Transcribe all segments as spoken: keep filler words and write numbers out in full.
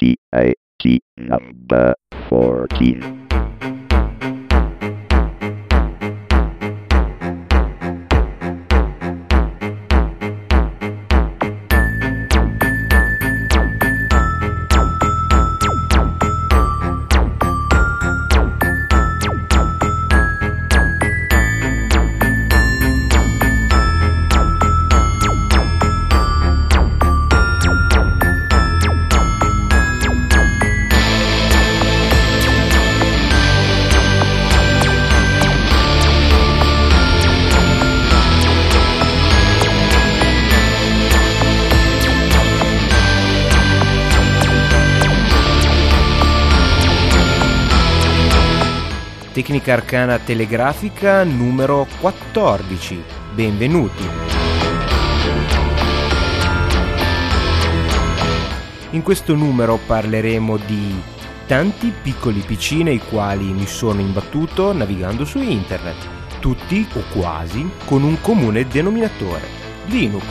C A T number fourteen. Tecnica Arcana Telegrafica numero quattordici. Benvenuti. In questo numero parleremo di tanti piccoli P C nei quali mi sono imbattuto navigando su internet, tutti o quasi con un comune denominatore: Linux.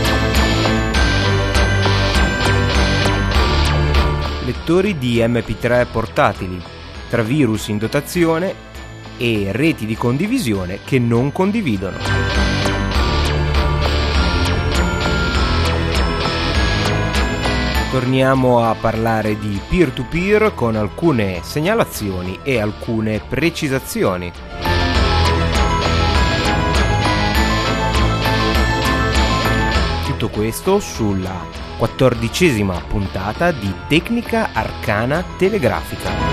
Lettori di M P tre portatili, tra virus in dotazione e reti di condivisione che non condividono. Torniamo a parlare di peer-to-peer con alcune segnalazioni e alcune precisazioni. Tutto questo sulla quattordicesima puntata di Tecnica Arcana Telegrafica.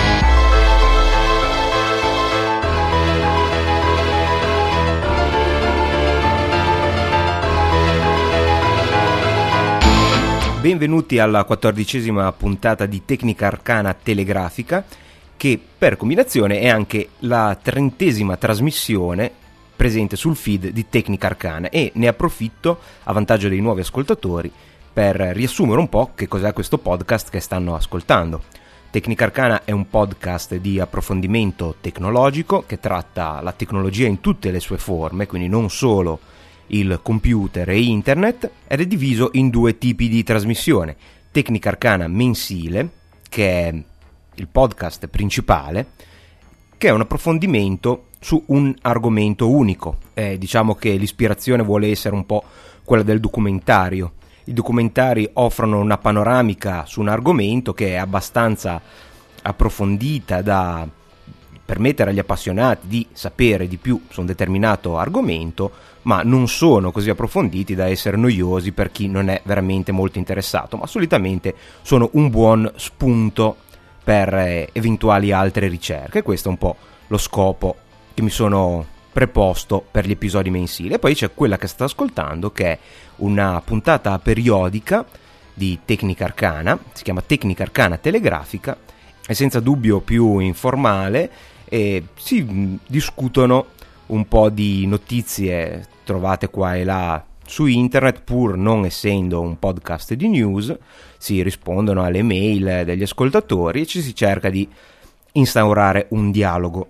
Benvenuti alla quattordicesima puntata di Tecnica Arcana Telegrafica, che per combinazione è anche la trentesima trasmissione presente sul feed di Tecnica Arcana, e ne approfitto a vantaggio dei nuovi ascoltatori per riassumere un po' che cos'è questo podcast che stanno ascoltando. Tecnica Arcana è un podcast di approfondimento tecnologico che tratta la tecnologia in tutte le sue forme, quindi non solo il computer e internet, ed è diviso in due tipi di trasmissione: Tecnica Arcana mensile, che è il podcast principale, che è un approfondimento su un argomento unico. Eh, diciamo che l'ispirazione vuole essere un po' quella del documentario. I documentari offrono una panoramica su un argomento che è abbastanza approfondita da permettere agli appassionati di sapere di più su un determinato argomento, ma non sono così approfonditi da essere noiosi per chi non è veramente molto interessato, ma solitamente sono un buon spunto per eh, eventuali altre ricerche. Questo è un po' lo scopo che mi sono preposto per gli episodi mensili. E poi c'è quella che state ascoltando, che è una puntata periodica di Tecnica Arcana, si chiama Tecnica Arcana Telegrafica, è senza dubbio più informale e si discutono un po' di notizie trovate qua e là su internet, pur non essendo un podcast di news. Si rispondono alle mail degli ascoltatori e ci si cerca di instaurare un dialogo.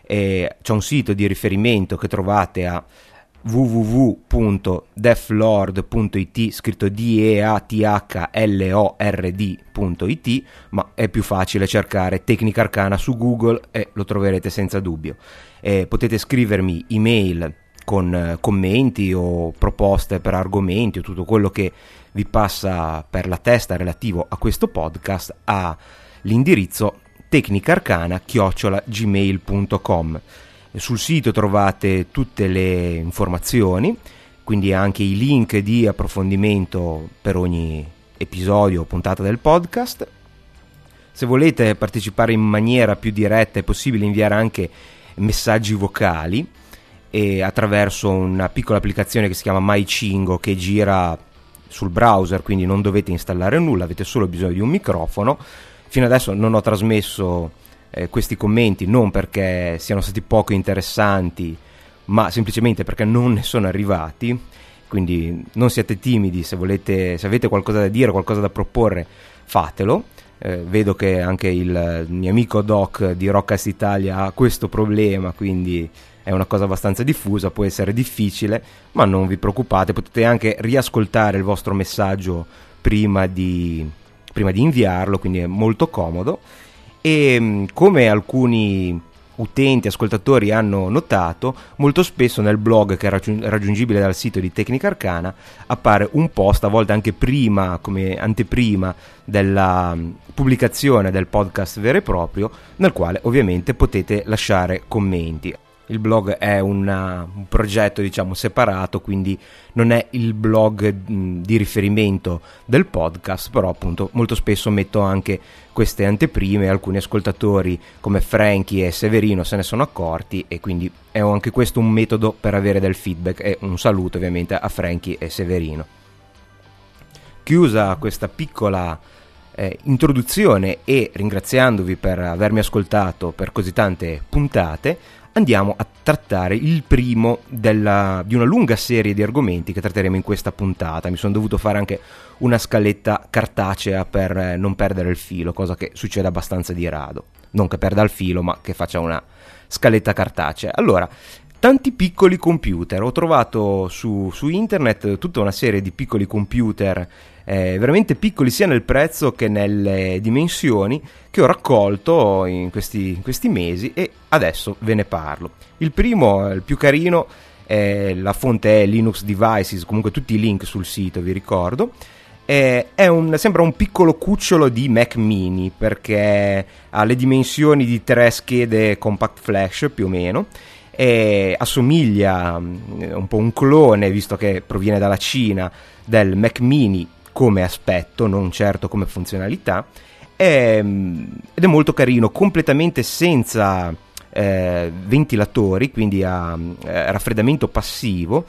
E c'è un sito di riferimento che trovate a w w w punto deflord punto i t, scritto D E A T H L O R D punto I T, ma è più facile cercare Tecnica Arcana su Google e lo troverete senza dubbio. E potete scrivermi email con commenti o proposte per argomenti o tutto quello che vi passa per la testa relativo a questo podcast all'indirizzo tecnicarcana chiocciola gmail punto com. Sul sito trovate tutte le informazioni, quindi anche i link di approfondimento per ogni episodio o puntata del podcast. Se volete partecipare in maniera più diretta è possibile inviare anche messaggi vocali e attraverso una piccola applicazione che si chiama MyCingo, che gira sul browser, quindi non dovete installare nulla, avete solo bisogno di un microfono. Fino adesso non ho trasmesso eh, questi commenti non perché siano stati poco interessanti, ma semplicemente perché non ne sono arrivati, quindi non siate timidi. Se volete, se avete qualcosa da dire, qualcosa da proporre, fatelo. Eh, vedo che anche il mio amico Doc di Rockcast Italia ha questo problema, quindi è una cosa abbastanza diffusa, può essere difficile, ma non vi preoccupate, potete anche riascoltare il vostro messaggio prima di prima di inviarlo, quindi è molto comodo. E come alcuni utenti, ascoltatori hanno notato, molto spesso nel blog, che è raggiungibile dal sito di Tecnica Arcana, appare un post, a volte anche prima, come anteprima della pubblicazione del podcast vero e proprio, nel quale ovviamente potete lasciare commenti. Il blog è una, un progetto, diciamo, separato, quindi non è il blog mh, di riferimento del podcast, però appunto molto spesso metto anche queste anteprime. Alcuni ascoltatori come Frankie e Severino se ne sono accorti, e quindi è anche questo un metodo per avere del feedback, e un saluto ovviamente a Frankie e Severino. Chiusa questa piccola eh, introduzione, e ringraziandovi per avermi ascoltato per così tante puntate, andiamo a trattare il primo della, di una lunga serie di argomenti che tratteremo in questa puntata. Mi sono dovuto fare anche una scaletta cartacea per eh, non perdere il filo, cosa che succede abbastanza di rado. Non che perda il filo, ma che faccia una scaletta cartacea. Allora, tanti piccoli computer. Ho trovato su, su internet tutta una serie di piccoli computer eh, veramente piccoli, sia nel prezzo che nelle dimensioni, che ho raccolto in questi, in questi mesi, e adesso ve ne parlo. Il primo, il più carino, eh, la fonte è Linux Devices, comunque tutti i link sul sito, vi ricordo. Eh, è un, sembra un piccolo cucciolo di Mac Mini, perché ha le dimensioni di tre schede compact flash più o meno, e assomiglia un po' un clone, visto che proviene dalla Cina, del Mac Mini come aspetto, non certo come funzionalità, e, ed è molto carino, completamente senza eh, ventilatori, quindi ha eh, raffreddamento passivo.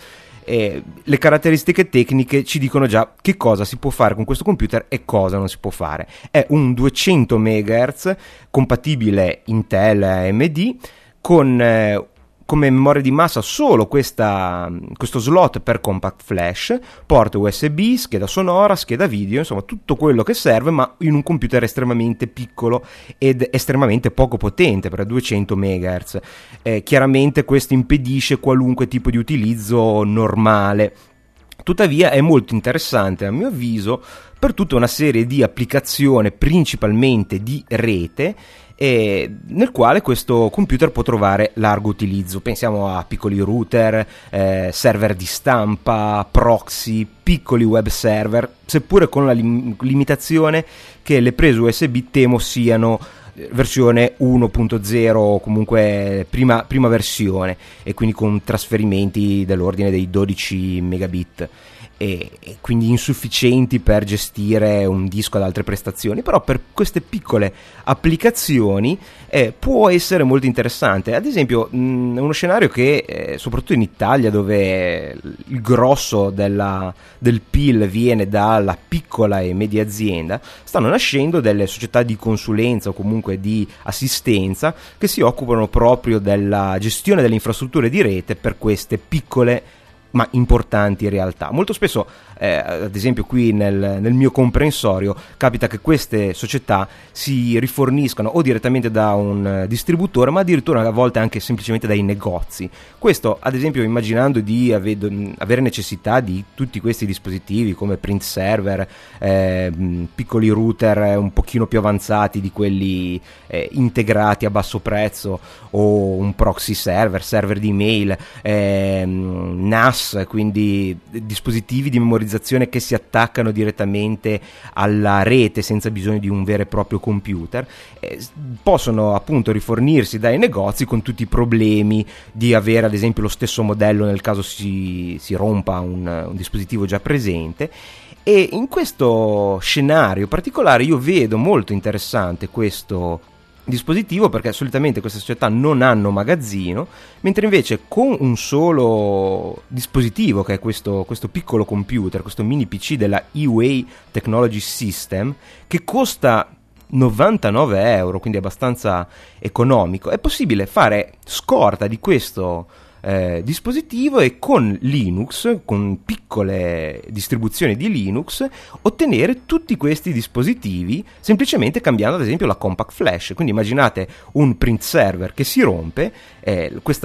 E le caratteristiche tecniche ci dicono già che cosa si può fare con questo computer e cosa non si può fare. È un duecento megahertz, compatibile Intel A M D, con eh, come memoria di massa solo questa, questo slot per compact flash, porta U S B, scheda sonora, scheda video, insomma tutto quello che serve, ma in un computer estremamente piccolo ed estremamente poco potente per duecento megahertz. Eh, chiaramente questo impedisce qualunque tipo di utilizzo normale. Tuttavia è molto interessante, a mio avviso, per tutta una serie di applicazioni, principalmente di rete, e nel quale questo computer può trovare largo utilizzo. Pensiamo a piccoli router, eh, server di stampa, proxy, piccoli web server, seppure con la lim- limitazione che le prese U S B temo siano versione uno punto zero o comunque prima, prima versione, e quindi con trasferimenti dell'ordine dei dodici megabit. E, e quindi insufficienti per gestire un disco ad altre prestazioni, però per queste piccole applicazioni eh, può essere molto interessante. Ad esempio mh, uno scenario che eh, soprattutto in Italia, dove il grosso della, del P I L viene dalla piccola e media azienda, stanno nascendo delle società di consulenza o comunque di assistenza che si occupano proprio della gestione delle infrastrutture di rete per queste piccole ma importanti in realtà. Molto spesso, eh, ad esempio qui nel, nel mio comprensorio, capita che queste società si riforniscano o direttamente da un distributore, ma addirittura a volte anche semplicemente dai negozi. Questo, ad esempio, immaginando di ave- avere necessità di tutti questi dispositivi come print server, eh, piccoli router un pochino più avanzati di quelli eh, integrati a basso prezzo, o un proxy server, server di email, eh, N A S, quindi dispositivi di memorizzazione che si attaccano direttamente alla rete senza bisogno di un vero e proprio computer, eh, possono appunto rifornirsi dai negozi con tutti i problemi di avere ad esempio lo stesso modello nel caso si, si rompa un, un dispositivo già presente. E in questo scenario particolare io vedo molto interessante questo dispositivo, perché solitamente queste società non hanno magazzino, mentre invece con un solo dispositivo, che è questo, questo piccolo computer, questo mini P C della E-Way Technology System, che costa novantanove euro, quindi abbastanza economico, è possibile fare scorta di questo Eh, dispositivo e con Linux, con piccole distribuzioni di Linux, ottenere tutti questi dispositivi semplicemente cambiando ad esempio la compact flash. Quindi immaginate un print server che si rompe, eh, questa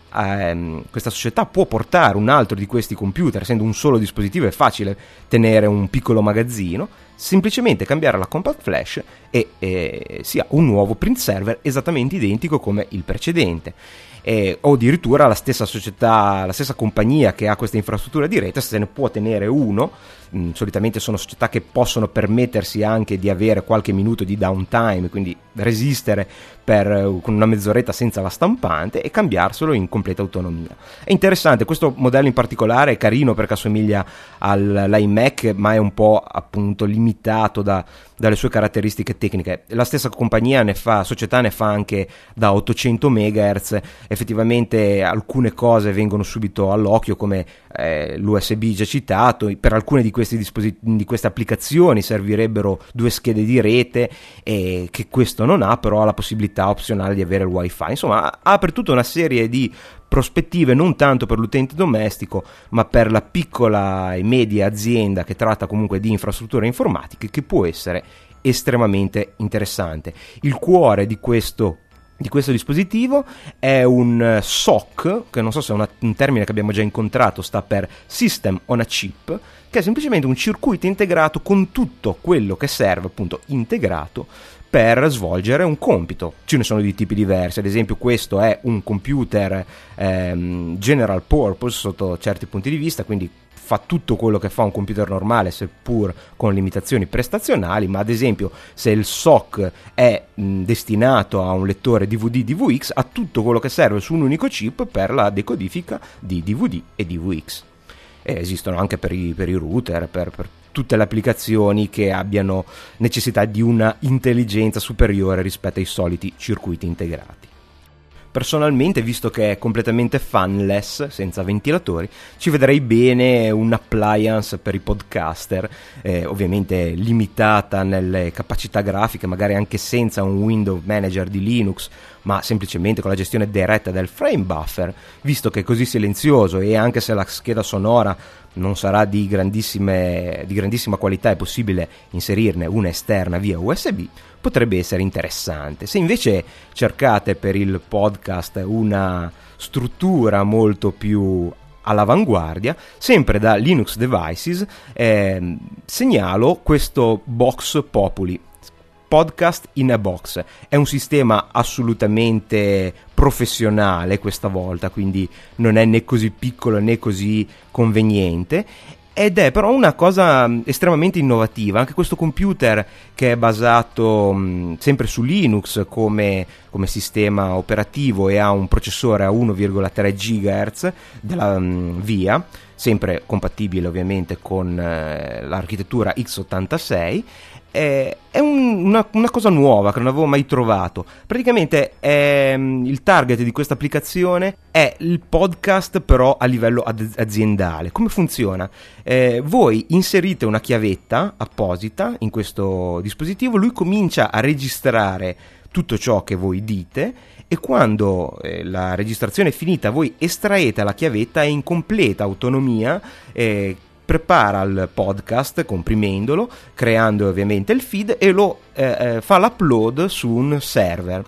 ehm, questa società può portare un altro di questi computer, essendo un solo dispositivo è facile tenere un piccolo magazzino, semplicemente cambiare la compact flash e eh, si ha un nuovo print server esattamente identico come il precedente. Eh, o addirittura la stessa società, la stessa compagnia che ha questa infrastruttura di rete, se ne può tenere uno. Mm, solitamente sono società che possono permettersi anche di avere qualche minuto di downtime, quindi resistere per, con una mezz'oretta senza la stampante e cambiarselo in completa autonomia. È interessante, questo modello in particolare è carino perché assomiglia all'iMac, ma è un po' appunto limitato da, dalle sue caratteristiche tecniche. La stessa compagnia ne fa, società ne fa anche da ottocento megahertz. Effettivamente alcune cose vengono subito all'occhio, come eh, l'U S B già citato. Per alcune di questi disposit- di queste applicazioni servirebbero due schede di rete, eh, che questo non ha, però ha la possibilità opzionale di avere il wifi. Insomma, apre tutta una serie di prospettive non tanto per l'utente domestico, ma per la piccola e media azienda che tratta comunque di infrastrutture informatiche, che può essere estremamente interessante. Il cuore di questo di questo dispositivo è un S O C, che non so se è una, un termine che abbiamo già incontrato, sta per System on a Chip, che è semplicemente un circuito integrato con tutto quello che serve, appunto integrato, per svolgere un compito. Ce ne sono di tipi diversi, ad esempio questo è un computer ehm, general purpose sotto certi punti di vista, quindi fa tutto quello che fa un computer normale, seppur con limitazioni prestazionali. Ma ad esempio se il S O C è mh, destinato a un lettore D V D D V X, ha tutto quello che serve su un unico chip per la decodifica di D V D e D V X. E esistono anche per i, per i router, per, per tutte le applicazioni che abbiano necessità di una intelligenza superiore rispetto ai soliti circuiti integrati. Personalmente, visto che è completamente fanless, senza ventilatori, ci vedrei bene un'appliance per i podcaster, eh, ovviamente limitata nelle capacità grafiche, magari anche senza un window manager di Linux, ma semplicemente con la gestione diretta del frame buffer, visto che è così silenzioso e anche se la scheda sonora non sarà di grandissime di grandissima qualità, è possibile inserirne una esterna via U S B, potrebbe essere interessante. Se invece cercate per il podcast una struttura molto più all'avanguardia, sempre da Linux Devices, eh, segnalo questo Box Populi, Podcast in a Box. È un sistema assolutamente professionale questa volta, quindi non è né così piccolo né così conveniente, ed è però una cosa estremamente innovativa. Anche questo computer, che è basato mh, sempre su Linux come, come sistema operativo e ha un processore a uno virgola tre gigahertz della mh, via, sempre compatibile ovviamente con eh, l'architettura x ottantasei, è, è un, una, una cosa nuova che non avevo mai trovato. Praticamente è, il target di questa applicazione è il podcast, però a livello ad- aziendale. Come funziona? Eh, voi inserite una chiavetta apposita in questo dispositivo, lui comincia a registrare tutto ciò che voi dite, e quando eh, la registrazione è finita voi estraete la chiavetta e in completa autonomia eh, prepara il podcast comprimendolo, creando ovviamente il feed, e lo eh, fa l'upload su un server.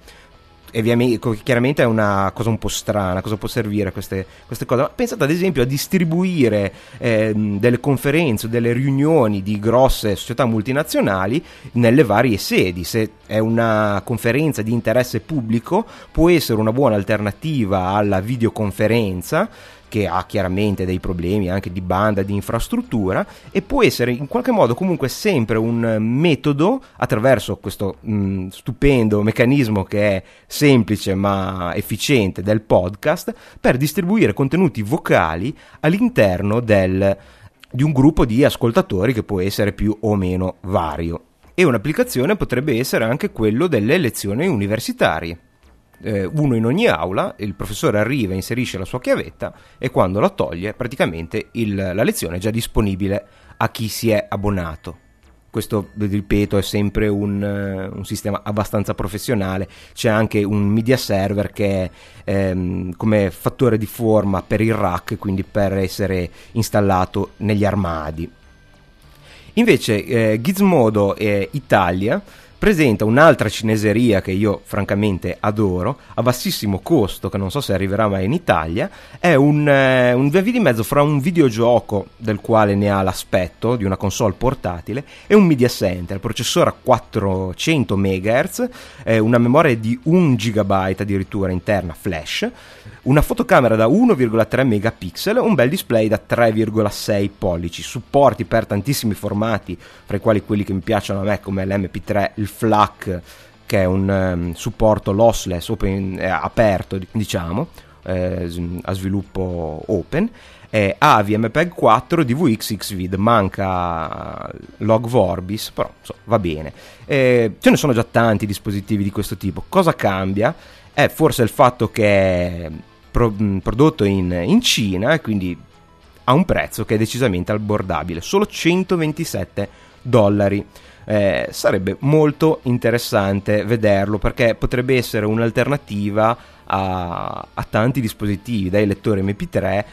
E chiaramente è una cosa un po' strana, cosa può servire queste, queste cose. Ma pensate ad esempio a distribuire eh, delle conferenze, delle riunioni di grosse società multinazionali nelle varie sedi. Se è una conferenza di interesse pubblico, può essere una buona alternativa alla videoconferenza, che ha chiaramente dei problemi anche di banda, di infrastruttura, e può essere in qualche modo comunque sempre un metodo, attraverso questo mh, stupendo meccanismo che è semplice ma efficiente del podcast, per distribuire contenuti vocali all'interno del, di un gruppo di ascoltatori che può essere più o meno vario. E un'applicazione potrebbe essere anche quello delle lezioni universitarie. Uno in ogni aula, il professore arriva, inserisce la sua chiavetta e quando la toglie praticamente il, la lezione è già disponibile a chi si è abbonato. Questo, ripeto, è sempre un, un sistema abbastanza professionale. C'è anche un media server che è ehm, come fattore di forma per il rack, quindi per essere installato negli armadi. Invece eh, Gizmodo eh, Italia presenta un'altra cineseria che io francamente adoro, a bassissimo costo, che non so se arriverà mai in Italia. È un, eh, un via via di mezzo fra un videogioco, del quale ne ha l'aspetto di una console portatile, e un media center, processore a quattrocento megahertz, eh, una memoria di un gigabyte addirittura interna flash, una fotocamera da uno virgola tre megapixel, un bel display da tre virgola sei pollici, supporti per tantissimi formati, fra i quali quelli che mi piacciono a me, come l'emme pi tre, il FLAC, che è un um, supporto lossless open, eh, aperto, diciamo, eh, a sviluppo open, eh, A V I, M P E G quattro, D V X, Xvid, manca Log Vorbis, però insomma, va bene. Eh, ce ne sono già tanti dispositivi di questo tipo. Cosa cambia? È forse il fatto che è pro- prodotto in, in Cina, e quindi ha un prezzo che è decisamente abbordabile, solo centoventisette dollari. Eh, sarebbe molto interessante vederlo, perché potrebbe essere un'alternativa a, a tanti dispositivi, dai lettori emme pi tre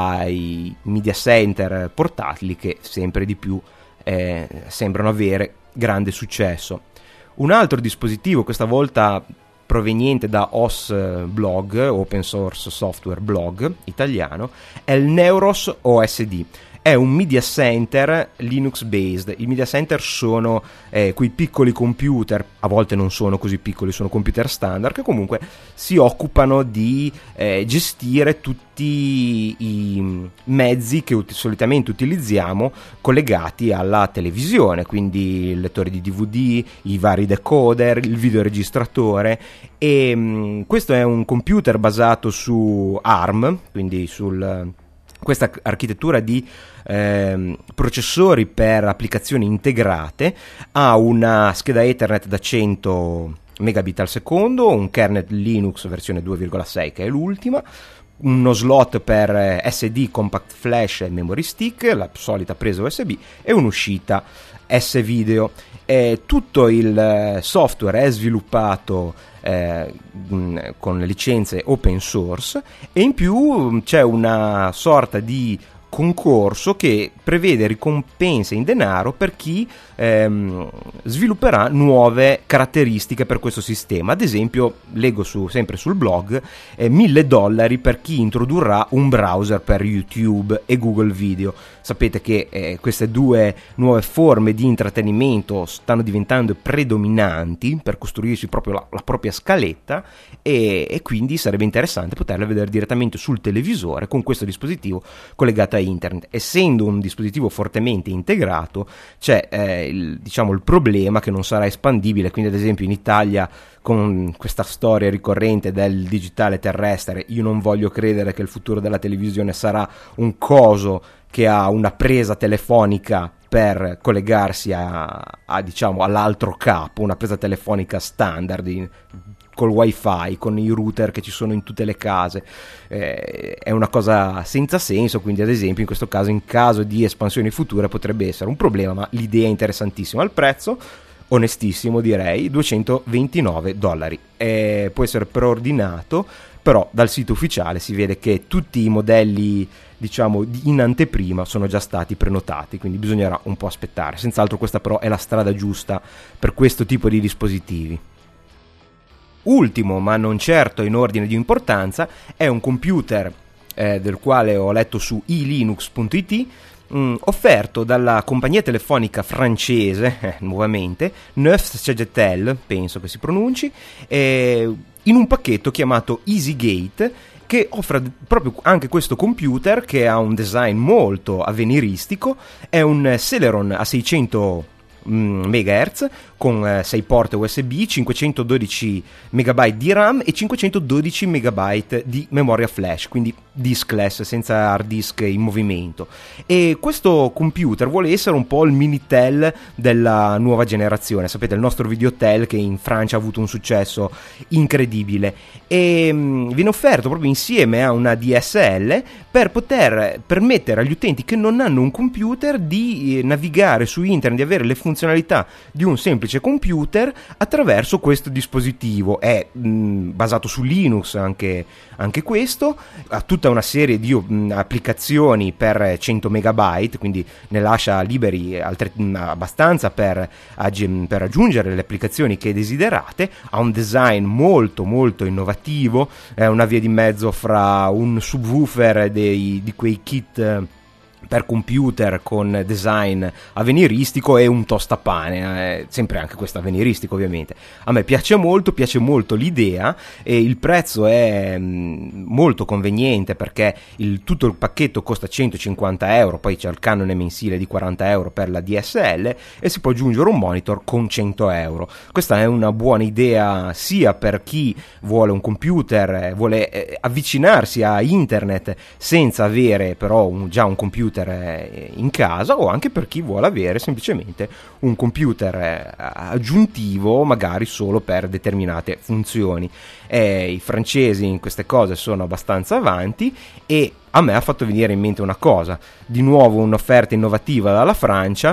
ai media center portatili, che sempre di più eh, sembrano avere grande successo. Un altro dispositivo, questa volta proveniente da O S Blog, Open Source Software Blog italiano, è il Neuros O S D. È un media center Linux based. I media center sono eh, quei piccoli computer, a volte non sono così piccoli, sono computer standard, che comunque si occupano di eh, gestire tutti i mezzi che ut- solitamente utilizziamo collegati alla televisione, quindi il lettore di D V D, i vari decoder, il videoregistratore. E mh, questo è un computer basato su ARM, quindi sul questa architettura di eh, processori per applicazioni integrate. Ha una scheda Ethernet da cento megabit al secondo, un kernel Linux versione due virgola sei, che è l'ultima, uno slot per esse di, compact flash e memory stick, la solita presa U S B, e un'uscita S-video. Eh, tutto il software è sviluppato eh, con licenze open source, e in più c'è una sorta di concorso che prevede ricompense in denaro per chi ehm, svilupperà nuove caratteristiche per questo sistema. Ad esempio, leggo su, sempre sul blog, eh, mille dollari per chi introdurrà un browser per YouTube e Google Video. Sapete che eh, queste due nuove forme di intrattenimento stanno diventando predominanti per costruirsi proprio la, la propria scaletta, e, e quindi sarebbe interessante poterle vedere direttamente sul televisore con questo dispositivo collegato a internet. Essendo un dispositivo fortemente integrato, c'è eh, il, diciamo, il problema che non sarà espandibile, quindi ad esempio in Italia, con questa storia ricorrente del digitale terrestre, io non voglio credere che il futuro della televisione sarà un coso che ha una presa telefonica per collegarsi a, a diciamo all'altro capo, una presa telefonica standard in, col wifi, con i router che ci sono in tutte le case. Eh, è una cosa senza senso, quindi ad esempio in questo caso, in caso di espansioni future, potrebbe essere un problema, ma l'idea è interessantissima. Il prezzo, onestissimo direi, duecentoventinove dollari. Eh, può essere preordinato, però dal sito ufficiale si vede che tutti i modelli, diciamo, in anteprima sono già stati prenotati, quindi bisognerà un po' aspettare. Senz'altro questa però è la strada giusta per questo tipo di dispositivi. Ultimo, ma non certo in ordine di importanza, è un computer eh, del quale ho letto su i linux punto it, mh, offerto dalla compagnia telefonica francese, eh, nuovamente, Neufchâtel, penso che si pronunci, eh, in un pacchetto chiamato EasyGate, che offre proprio anche questo computer, che ha un design molto avveniristico. È un Celeron a seicento megahertz con eh, sei porte U S B, cinquecentododici megabyte di RAM e cinquecentododici megabyte di memoria flash, quindi diskless, senza hard disk in movimento. E questo computer vuole essere un po' il Minitel della nuova generazione. Sapete, il nostro Videotel, che in Francia ha avuto un successo incredibile, e mh, viene offerto proprio insieme a una D S L per poter permettere agli utenti che non hanno un computer di eh, navigare su internet, di avere le funzionalità funzionalità di un semplice computer attraverso questo dispositivo. È mh, basato su Linux anche, anche questo, ha tutta una serie di mh, applicazioni per cento megabyte, quindi ne lascia liberi altre, mh, abbastanza per, ag- per aggiungere le applicazioni che desiderate. Ha un design molto molto innovativo, è una via di mezzo fra un subwoofer dei, di quei kit per computer con design avveniristico e un tostapane, eh, sempre anche questo avveniristico ovviamente. A me piace molto, piace molto l'idea, e il prezzo è mh, molto conveniente, perché il, tutto il pacchetto costa centocinquanta euro, poi c'è il canone mensile di quaranta euro per la D S L e si può aggiungere un monitor con cento euro. Questa è una buona idea sia per chi vuole un computer, vuole eh, avvicinarsi a internet senza avere però un, già un computer in casa, o anche per chi vuole avere semplicemente un computer aggiuntivo magari solo per determinate funzioni. Eh, i francesi in queste cose sono abbastanza avanti, e a me ha fatto venire in mente una cosa, di nuovo un'offerta innovativa dalla Francia,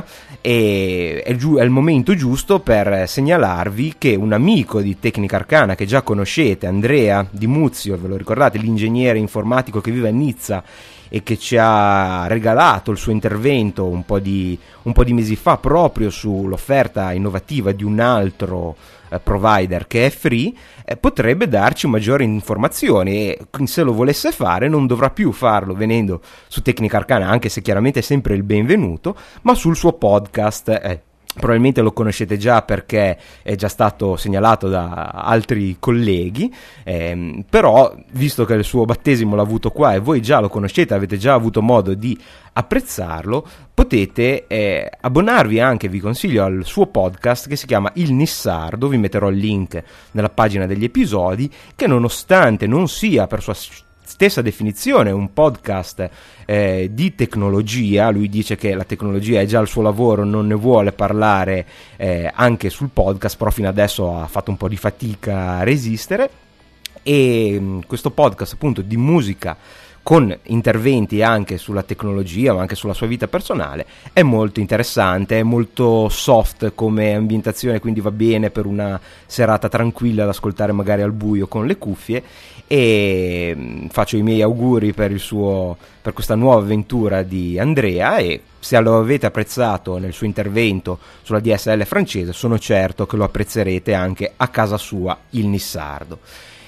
e è, giu- è il momento giusto per segnalarvi che un amico di Tecnica Arcana che già conoscete, Andrea Di Muzio, ve lo ricordate, l'ingegnere informatico che vive a Nizza e che ci ha regalato il suo intervento un po' di, un po' di mesi fa proprio sull'offerta innovativa di un altro eh, provider che è free, eh, potrebbe darci maggiori informazioni, e se lo volesse fare non dovrà più farlo venendo su Tecnica Arcana, anche se chiaramente è sempre il benvenuto, ma sul suo podcast. eh, Probabilmente lo conoscete già perché è già stato segnalato da altri colleghi, ehm, però visto che il suo battesimo l'ha avuto qua e voi già lo conoscete, avete già avuto modo di apprezzarlo, potete eh, abbonarvi anche, vi consiglio, al suo podcast che si chiama Il Nissardo. Vi metterò il link nella pagina degli episodi, che nonostante non sia per sua stessa definizione un podcast eh, di tecnologia, lui dice che la tecnologia è già il suo lavoro, non ne vuole parlare eh, anche sul podcast, però fino adesso ha fatto un po' di fatica a resistere, e mh, questo podcast appunto di musica con interventi anche sulla tecnologia ma anche sulla sua vita personale è molto interessante, è molto soft come ambientazione, quindi va bene per una serata tranquilla ad ascoltare magari al buio con le cuffie. E faccio i miei auguri per il suo per questa nuova avventura di Andrea, e se lo avete apprezzato nel suo intervento sulla D S L francese, sono certo che lo apprezzerete anche a casa sua, il Nissardo.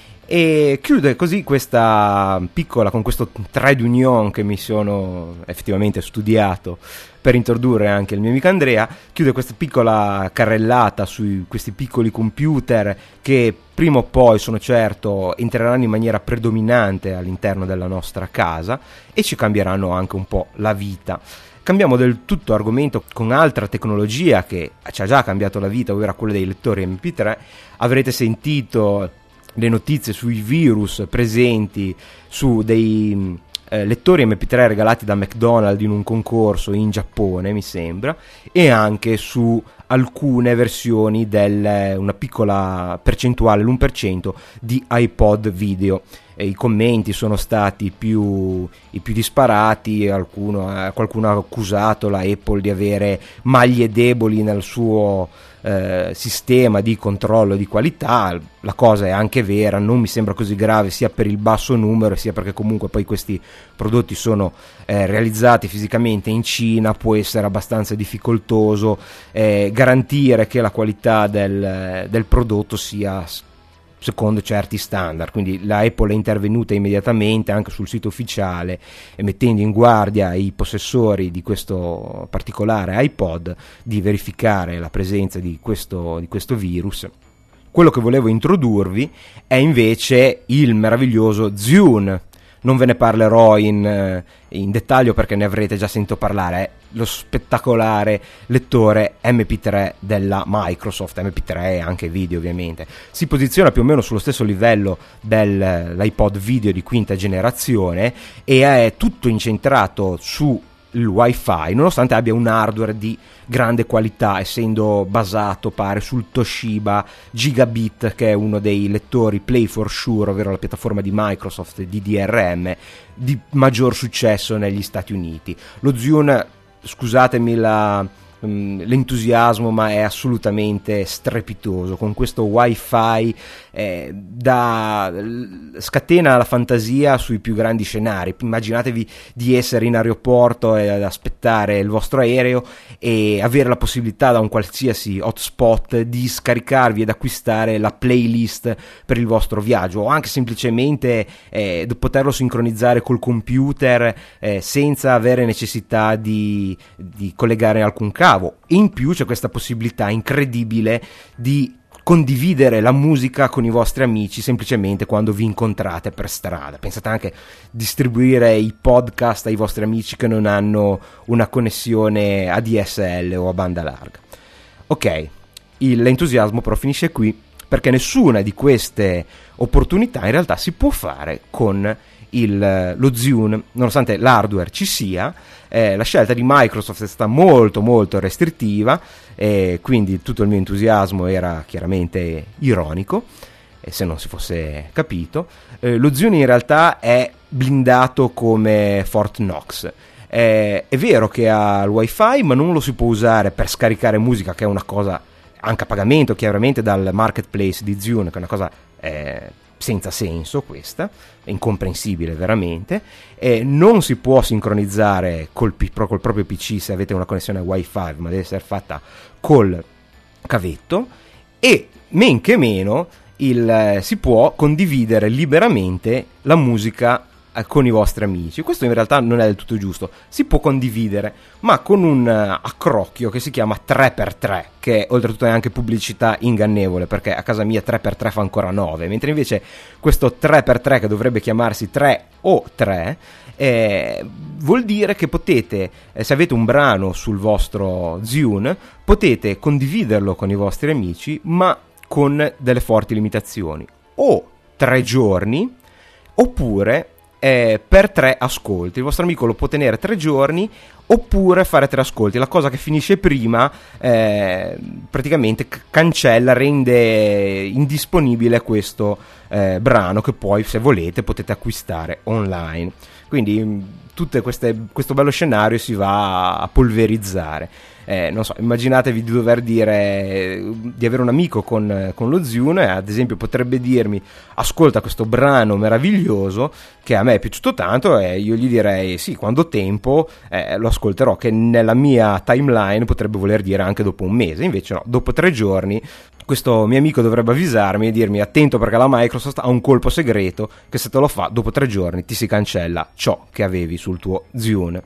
E chiude così questa piccola, con questo trade union che mi sono effettivamente studiato per introdurre anche il mio amico Andrea, chiude questa piccola carrellata su questi piccoli computer che prima o poi, sono certo, entreranno in maniera predominante all'interno della nostra casa e ci cambieranno anche un po' la vita. Cambiamo del tutto argomento con altra tecnologia che ci ha già cambiato la vita, ovvero quella dei lettori M P tre. Avrete sentito le notizie sui virus presenti su dei eh, lettori M P tre regalati da McDonald's in un concorso in Giappone, mi sembra, e anche su alcune versioni del una piccola percentuale, l'uno per cento di iPod video. E i commenti sono stati più i più disparati, qualcuno, eh, qualcuno ha accusato la Apple di avere maglie deboli nel suo eh, sistema di controllo di qualità. La cosa è anche vera, non mi sembra così grave sia per il basso numero sia perché comunque poi questi prodotti sono eh, realizzati fisicamente in Cina, può essere abbastanza difficoltoso eh, garantire che la qualità del, del prodotto sia secondo certi standard. Quindi la Apple è intervenuta immediatamente anche sul sito ufficiale e mettendo in guardia i possessori di questo particolare iPod di verificare la presenza di questo, di questo virus. Quello che volevo introdurvi è invece il meraviglioso Zune. Non ve ne parlerò in, in dettaglio perché ne avrete già sentito parlare. È lo spettacolare lettore M P tre della Microsoft, M P tre e anche video ovviamente. Si posiziona più o meno sullo stesso livello dell'iPod video di quinta generazione e è tutto incentrato su il Wi-Fi, nonostante abbia un hardware di grande qualità, essendo basato pare sul Toshiba Gigabit, che è uno dei lettori Play for Sure, ovvero la piattaforma di Microsoft di D R M di maggior successo negli Stati Uniti. Lo Zune, scusatemi la mh, l'entusiasmo, ma è assolutamente strepitoso. Con questo wifi eh, da, scatena la fantasia sui più grandi scenari. Immaginatevi di essere in aeroporto e ad aspettare il vostro aereo e avere la possibilità da un qualsiasi hotspot di scaricarvi ed acquistare la playlist per il vostro viaggio, o anche semplicemente eh, poterlo sincronizzare col computer eh, senza avere necessità di, di collegare alcun cavo. In più c'è questa possibilità incredibile di condividere la musica con i vostri amici semplicemente quando vi incontrate per strada. Pensate anche a distribuire i podcast ai vostri amici che non hanno una connessione A D S L o a banda larga. Ok, il, l'entusiasmo però finisce qui, perché nessuna di queste opportunità in realtà si può fare con il, lo Zune, nonostante l'hardware ci sia. Eh, la scelta di Microsoft è stata molto molto restrittiva, e quindi tutto il mio entusiasmo era chiaramente ironico, e se non si fosse capito. Eh, lo Zune in realtà è blindato come Fort Knox. Eh, è vero che ha il wifi, ma non lo si può usare per scaricare musica, che è una cosa anche a pagamento chiaramente dal marketplace di Zune, che è una cosa eh, senza senso, questa è incomprensibile veramente. E non si può sincronizzare col, col proprio P C se avete una connessione wifi, ma deve essere fatta col cavetto. E men che meno il, eh, si può condividere liberamente la musica con i vostri amici. Questo in realtà non è del tutto giusto. Si può condividere, ma con un uh, accrocchio che si chiama tre per tre, che oltretutto è anche pubblicità ingannevole, perché a casa mia tre per tre fa ancora nove, mentre invece questo tre per tre, che dovrebbe chiamarsi tre o tre, eh, vuol dire che potete, eh, se avete un brano sul vostro Zune, potete condividerlo con i vostri amici, ma con delle forti limitazioni: o tre giorni, oppure Eh, per tre ascolti. Il vostro amico lo può tenere tre giorni, oppure fare tre ascolti. La cosa che finisce prima eh, praticamente c- cancella, rende indisponibile questo eh, brano, che poi, se volete, potete acquistare online. Quindi tutte queste, questo bello scenario si va a polverizzare. Eh, non so, immaginatevi di dover dire, di avere un amico con, con lo Zune, ad esempio potrebbe dirmi: ascolta questo brano meraviglioso che a me è piaciuto tanto, e io gli direi sì, quando ho tempo eh, lo ascolterò, che nella mia timeline potrebbe voler dire anche dopo un mese. Invece no, dopo tre giorni questo mio amico dovrebbe avvisarmi e dirmi: attento, perché la Microsoft ha un colpo segreto che se te lo fa dopo tre giorni ti si cancella ciò che avevi sul tuo Zune.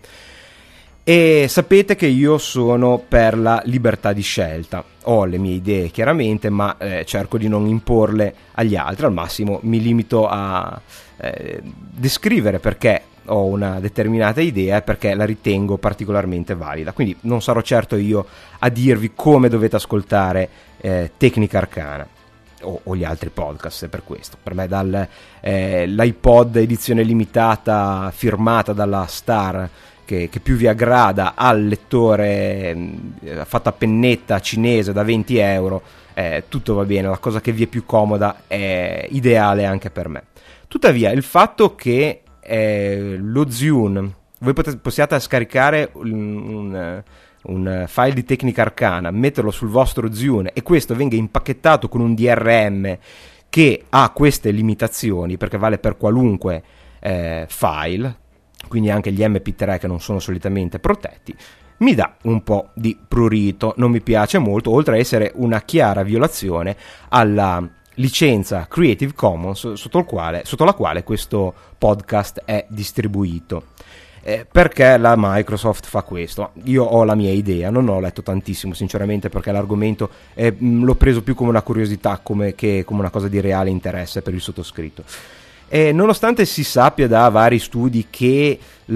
E sapete che io sono per la libertà di scelta. Ho le mie idee chiaramente, ma eh, cerco di non imporle agli altri. Al massimo mi limito a eh, descrivere perché ho una determinata idea e perché la ritengo particolarmente valida. Quindi non sarò certo io a dirvi come dovete ascoltare eh, Tecnica Arcana o, o gli altri podcast. Per questo, per me, dal eh, l'iPod edizione limitata firmata dalla Star, che, che più vi aggrada, al lettore eh, fatto a pennetta cinese da venti euro, eh, tutto va bene. La cosa che vi è più comoda è ideale anche per me. Tuttavia, il fatto che eh, lo Zune, voi potete, possiate scaricare un, un, un file di Tecnica Arcana, metterlo sul vostro Zune, e questo venga impacchettato con un D R M che ha queste limitazioni, perché vale per qualunque eh, file, quindi anche gli M P tre che non sono solitamente protetti, mi dà un po' di prurito. Non mi piace molto, oltre a essere una chiara violazione alla licenza Creative Commons sotto, il quale, sotto la quale questo podcast è distribuito. Eh, perché la Microsoft fa questo? Io ho la mia idea, non ho letto tantissimo sinceramente, perché l'argomento eh, l'ho preso più come una curiosità come, che come una cosa di reale interesse per il sottoscritto. E nonostante si sappia da vari studi che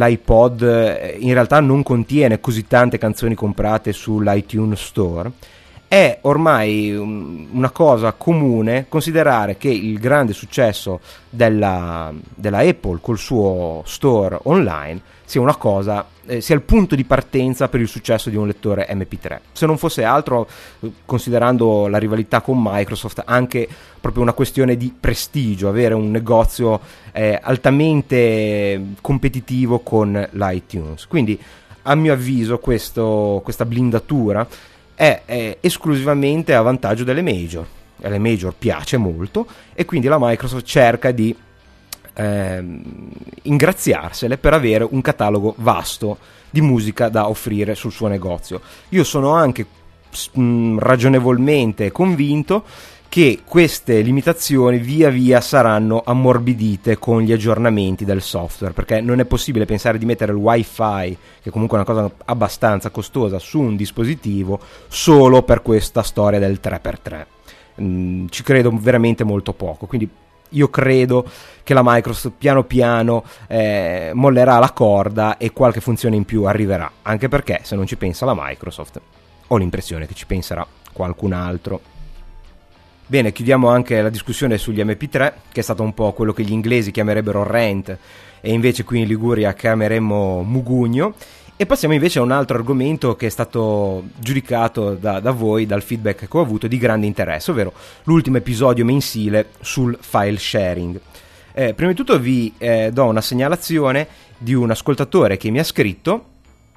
l'iPod in realtà non contiene così tante canzoni comprate sull'iTunes Store, è ormai una cosa comune considerare che il grande successo della, della Apple col suo store online sia una cosa, eh, sia il punto di partenza per il successo di un lettore M P tre. Se non fosse altro, considerando la rivalità con Microsoft, anche proprio una questione di prestigio, avere un negozio eh, altamente competitivo con l'iTunes. Quindi a mio avviso questo, questa blindatura è, è esclusivamente a vantaggio delle major. Alle major piace molto e quindi la Microsoft cerca di eh, ingraziarsele per avere un catalogo vasto di musica da offrire sul suo negozio. Io sono anche mh, ragionevolmente convinto che queste limitazioni via via saranno ammorbidite con gli aggiornamenti del software, perché non è possibile pensare di mettere il wifi, che comunque è una cosa abbastanza costosa, su un dispositivo solo per questa storia del tre per tre. Mm, ci credo veramente molto poco, quindi io credo che la Microsoft piano piano eh, mollerà la corda e qualche funzione in più arriverà, anche perché se non ci pensa la Microsoft ho l'impressione che ci penserà qualcun altro. Bene, chiudiamo anche la discussione sugli emme pi tre, che è stato un po' quello che gli inglesi chiamerebbero rant e invece qui in Liguria chiameremmo mugugno. E passiamo invece a un altro argomento che è stato giudicato da, da voi, dal feedback che ho avuto, di grande interesse, ovvero l'ultimo episodio mensile sul file sharing. Eh, prima di tutto vi eh, do una segnalazione di un ascoltatore che mi ha scritto,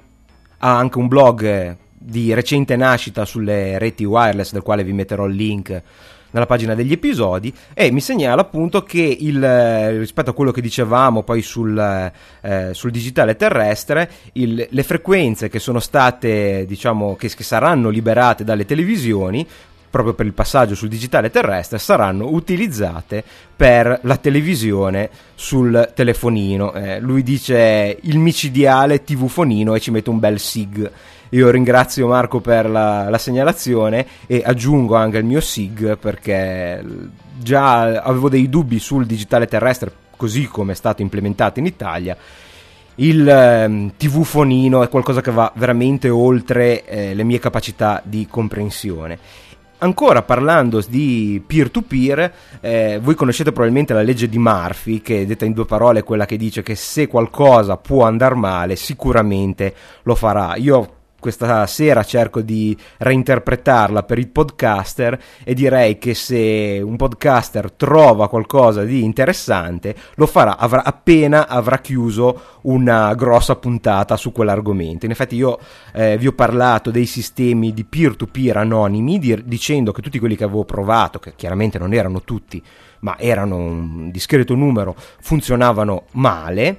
ha anche un blog di recente nascita sulle reti wireless, del quale vi metterò il link nella pagina degli episodi, e mi segnala appunto che il, rispetto a quello che dicevamo poi sul, eh, sul digitale terrestre, il, le frequenze che sono state, diciamo, che, che saranno liberate dalle televisioni proprio per il passaggio sul digitale terrestre saranno utilizzate per la televisione sul telefonino. Eh, lui dice il micidiale tivufonino e ci mette un bel sig. Io ringrazio Marco per la, la segnalazione e aggiungo anche il mio sig, perché già avevo dei dubbi sul digitale terrestre così come è stato implementato in Italia. Il eh, tivufonino è qualcosa che va veramente oltre eh, le mie capacità di comprensione. Ancora parlando di peer-to-peer, eh, voi conoscete probabilmente la legge di Murphy, che detta in due parole è quella che dice che se qualcosa può andare male sicuramente lo farà. Io questa sera cerco di reinterpretarla per il podcaster e direi che se un podcaster trova qualcosa di interessante lo farà avrà, appena avrà chiuso una grossa puntata su quell'argomento. In effetti io eh, vi ho parlato dei sistemi di peer-to-peer anonimi, di, dicendo che tutti quelli che avevo provato, che chiaramente non erano tutti ma erano un discreto numero, funzionavano male,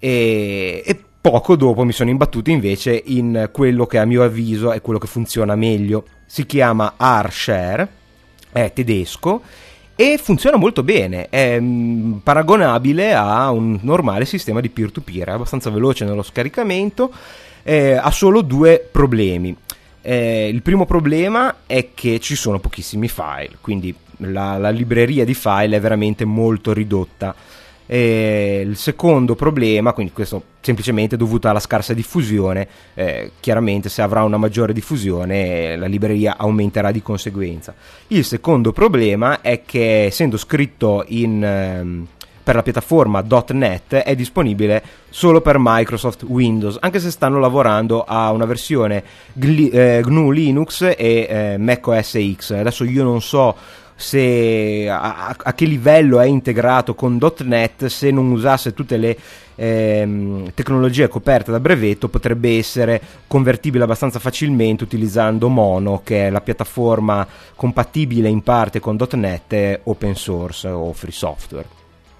e, e poco dopo mi sono imbattuto invece in quello che a mio avviso è quello che funziona meglio. Si chiama R-Share, è tedesco e funziona molto bene, è mh, paragonabile a un normale sistema di peer-to-peer, è abbastanza veloce nello scaricamento, eh, ha solo due problemi. Eh, il primo problema è che ci sono pochissimi file, quindi la, la libreria di file è veramente molto ridotta. E il secondo problema, quindi questo semplicemente dovuto alla scarsa diffusione, eh, chiaramente se avrà una maggiore diffusione la libreria aumenterà di conseguenza. Il secondo problema è che essendo scritto in, ehm, per la piattaforma .NET è disponibile solo per Microsoft Windows, anche se stanno lavorando a una versione G- eh, G N U Linux e eh, macOS X. Adesso io non so se a, a che livello è integrato con .NET. Se non usasse tutte le ehm, tecnologie coperte da brevetto potrebbe essere convertibile abbastanza facilmente utilizzando Mono, che è la piattaforma compatibile in parte con .NET open source o free software.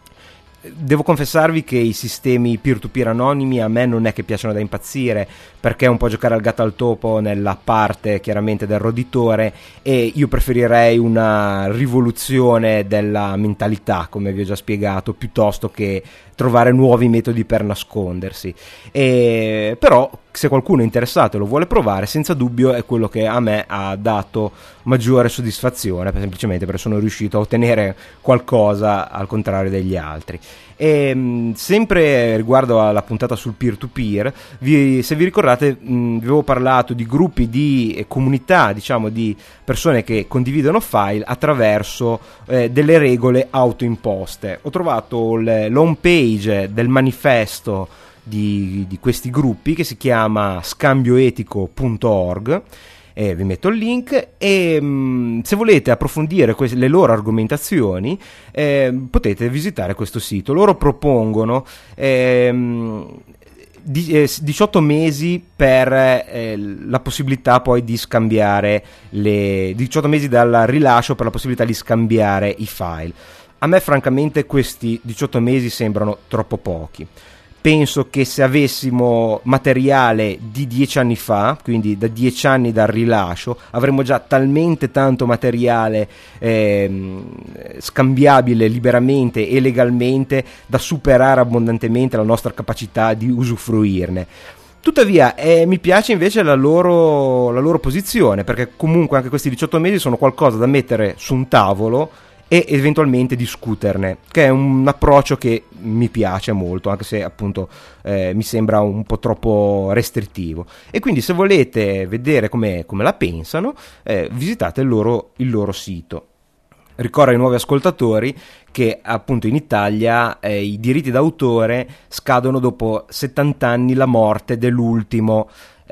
Devo confessarvi che i sistemi peer-to-peer anonimi a me non è che piacciono da impazzire, perché è un po' giocare al gatto al topo nella parte chiaramente del roditore, e io preferirei una rivoluzione della mentalità, come vi ho già spiegato, piuttosto che trovare nuovi metodi per nascondersi. E però se qualcuno è interessato e lo vuole provare, senza dubbio è quello che a me ha dato maggiore soddisfazione, semplicemente perché sono riuscito a ottenere qualcosa al contrario degli altri. E mh, sempre riguardo alla puntata sul peer-to-peer, vi, se vi ricordate, mh, vi avevo parlato di gruppi di eh, comunità, diciamo di persone che condividono file attraverso eh, delle regole autoimposte. Ho trovato l- l'home page del manifesto di, di questi gruppi, che si chiama scambioetico punto org. Eh, vi metto il link e mh, se volete approfondire que- le loro argomentazioni eh, potete visitare questo sito. Loro propongono ehm, diciotto mesi per eh, la possibilità poi di scambiare le diciotto mesi dal rilascio per la possibilità di scambiare i file. A me francamente questi diciotto mesi sembrano troppo pochi. Penso che se avessimo materiale di dieci anni fa, quindi da dieci anni dal rilascio, avremmo già talmente tanto materiale eh, scambiabile liberamente e legalmente da superare abbondantemente la nostra capacità di usufruirne. Tuttavia eh, mi piace invece la loro, la loro posizione, perché comunque anche questi diciotto mesi sono qualcosa da mettere su un tavolo e eventualmente discuterne, che è un approccio che mi piace molto, anche se appunto eh, mi sembra un po' troppo restrittivo. E quindi se volete vedere come, come la pensano, eh, visitate il loro, il loro sito. Ricordo ai nuovi ascoltatori che appunto in Italia eh, i diritti d'autore scadono dopo settanta anni la morte dell'ultimo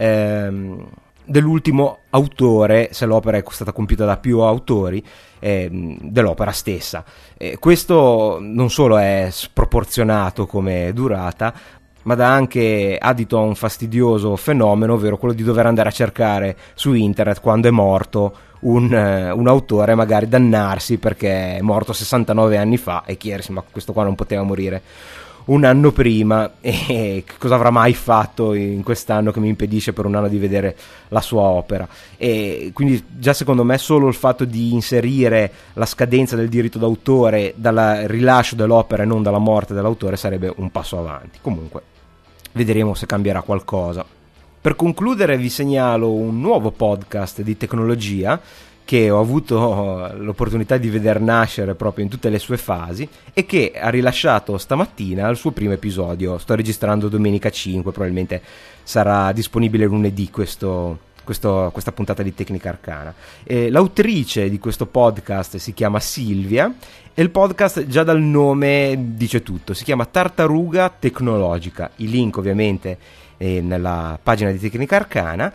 ehm, dell'ultimo autore, se l'opera è stata compiuta da più autori eh, dell'opera stessa. Eh, questo non solo è sproporzionato come durata, ma dà anche adito a un fastidioso fenomeno, ovvero quello di dover andare a cercare su internet quando è morto un, uh, un autore, magari dannarsi perché è morto sessantanove anni fa e chiedersi ma questo qua non poteva morire un anno prima e cosa avrà mai fatto in quest'anno che mi impedisce per un anno di vedere la sua opera. E quindi già secondo me solo il fatto di inserire la scadenza del diritto d'autore dal rilascio dell'opera e non dalla morte dell'autore sarebbe un passo avanti. Comunque vedremo se cambierà qualcosa. Per concludere vi segnalo un nuovo podcast di tecnologia che ho avuto l'opportunità di veder nascere proprio in tutte le sue fasi e che ha rilasciato stamattina il suo primo episodio. Sto registrando domenica cinque, probabilmente sarà disponibile lunedì questo, questo, questa puntata di Tecnica Arcana. E l'autrice di questo podcast si chiama Silvia e il podcast già dal nome dice tutto, si chiama Tartaruga Tecnologica. I link ovviamente eh, nella pagina di Tecnica Arcana.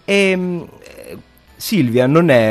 E Silvia non è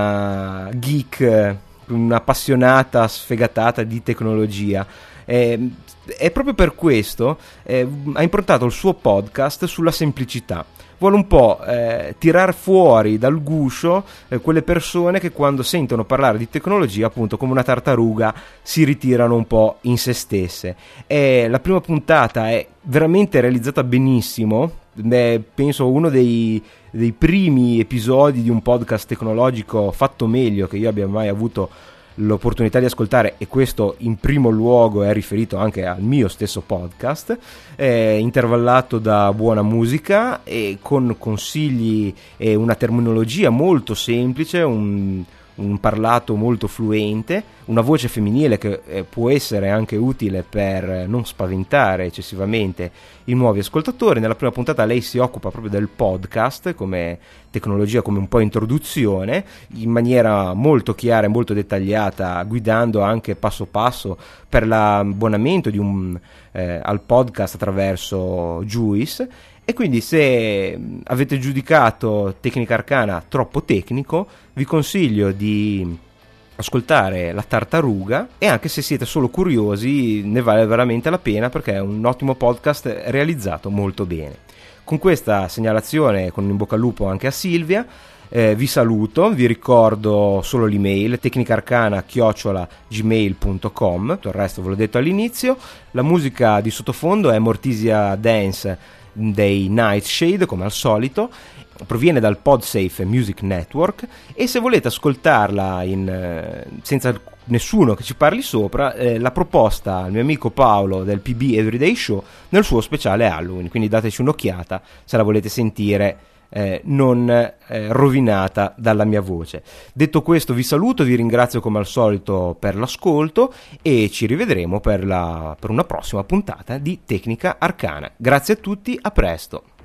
una geek, un'appassionata sfegatata di tecnologia, è, è proprio per questo eh, ha improntato il suo podcast sulla semplicità. Vuole un po' eh, tirar fuori dal guscio eh, quelle persone che quando sentono parlare di tecnologia, appunto come una tartaruga, si ritirano un po' in se stesse. E la prima puntata è veramente realizzata benissimo, è, penso uno dei, dei primi episodi di un podcast tecnologico fatto meglio che io abbia mai avuto l'opportunità di ascoltare, e questo in primo luogo è riferito anche al mio stesso podcast, è intervallato da buona musica e con consigli e una terminologia molto semplice, un, un parlato molto fluente, una voce femminile che eh, può essere anche utile per non spaventare eccessivamente i nuovi ascoltatori. Nella prima puntata lei si occupa proprio del podcast come tecnologia, come un po' introduzione, in maniera molto chiara e molto dettagliata, guidando anche passo passo per l'abbonamento di un, eh, al podcast attraverso Juice. E quindi se avete giudicato Tecnica Arcana troppo tecnico, vi consiglio di ascoltare La Tartaruga, e anche se siete solo curiosi ne vale veramente la pena, perché è un ottimo podcast realizzato molto bene. Con questa segnalazione, con un in bocca al lupo anche a Silvia, eh, vi saluto, vi ricordo solo l'email tecnicarcana chiocciola gmail punto com, il resto ve l'ho detto all'inizio. La musica di sottofondo è Mortisia Dance dei Nightshade, come al solito, proviene dal Podsafe Music Network, e se volete ascoltarla in, eh, senza nessuno che ci parli sopra, eh, l'ha proposta al mio amico Paolo del P B Everyday Show nel suo speciale Halloween, quindi dateci un'occhiata se la volete sentire eh, non eh, rovinata dalla mia voce. Detto questo vi saluto, vi ringrazio come al solito per l'ascolto e ci rivedremo per, la, per una prossima puntata di Tecnica Arcana. Grazie a tutti, a presto.